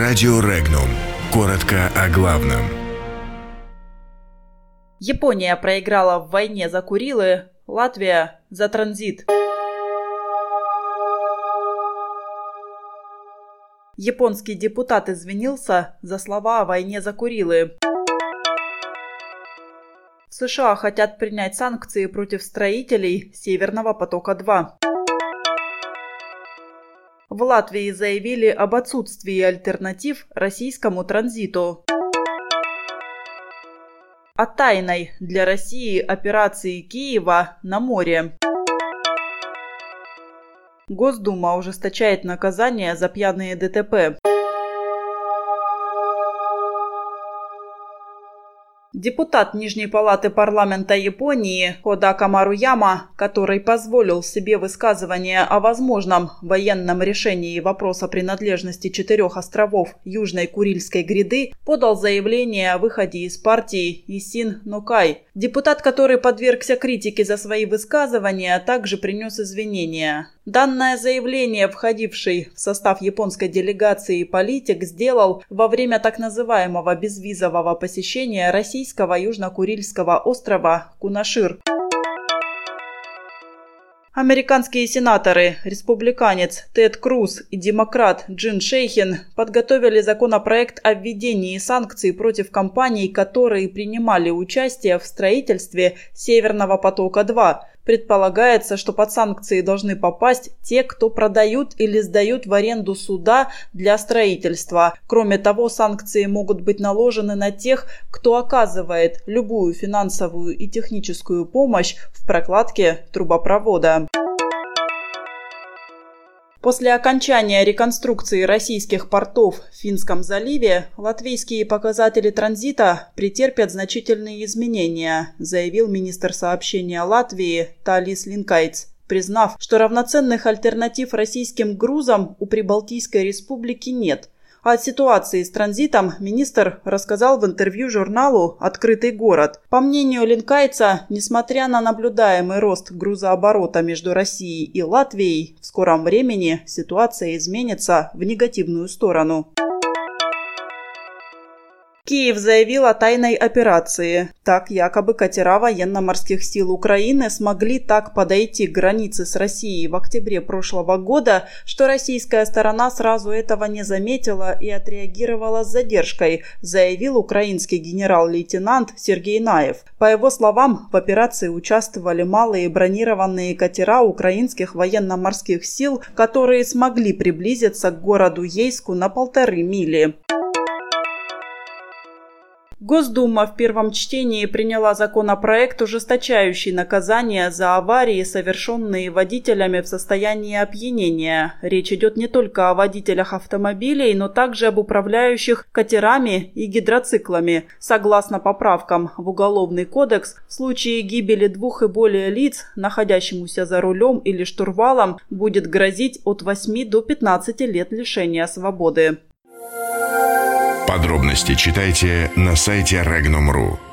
Радио Регнум. Коротко о главном. Япония проиграла в войне за Курилы, Латвия – за транзит. Японский депутат извинился за слова о войне за Курилы. В США хотят принять санкции против строителей Северного потока-2. В Латвии заявили об отсутствии альтернатив российскому транзиту. О тайной для России операции Киева на море. Госдума ужесточает наказание за пьяные ДТП. Депутат Нижней палаты парламента Японии Ходака Маруяма, который позволил себе высказывание о возможном военном решении вопроса принадлежности 4 островов Южной Курильской гряды, подал заявление о выходе из партии Isshin no Kai. Депутат, который подвергся критике за свои высказывания, также принес извинения. Данное заявление входивший в состав японской делегации политик сделал во время так называемого безвизового посещения российского Южно-Курильского острова Кунашир. Американские сенаторы, республиканец Тед Круз и демократ Джин Шейхен подготовили законопроект о введении санкций против компаний, которые принимали участие в строительстве Северного потока-2. Предполагается, что под санкции должны попасть те, кто продают или сдают в аренду суда для строительства. Кроме того, санкции могут быть наложены на тех, кто оказывает любую финансовую и техническую помощь в прокладке трубопровода. После окончания реконструкции российских портов в Финском заливе латвийские показатели транзита претерпят значительные изменения, заявил министр сообщения Латвии Талис Линкайтс, признав, что равноценных альтернатив российским грузам у Прибалтийской республики нет. О ситуации с транзитом министр рассказал в интервью журналу «Открытый город». По мнению Линкайтса, несмотря на наблюдаемый рост грузооборота между Россией и Латвией, в скором времени ситуация изменится в негативную сторону. Киев заявил о тайной операции. Так, якобы катера военно-морских сил Украины смогли так подойти к границе с Россией в октябре прошлого года, что российская сторона сразу этого не заметила и отреагировала с задержкой, заявил украинский генерал-лейтенант Сергей Наев. По его словам, в операции участвовали малые бронированные катера украинских военно-морских сил, которые смогли приблизиться к городу Ейску на 1,5 мили. Госдума в первом чтении приняла законопроект, ужесточающий наказание за аварии, совершенные водителями в состоянии опьянения. Речь идет не только о водителях автомобилей, но также об управляющих катерами и гидроциклами. Согласно поправкам в Уголовный кодекс, в случае гибели 2 и более лиц, находящемуся за рулем или штурвалом, будет грозить от 8 до 15 лет лишения свободы. Подробности читайте на сайте Regnum.ru.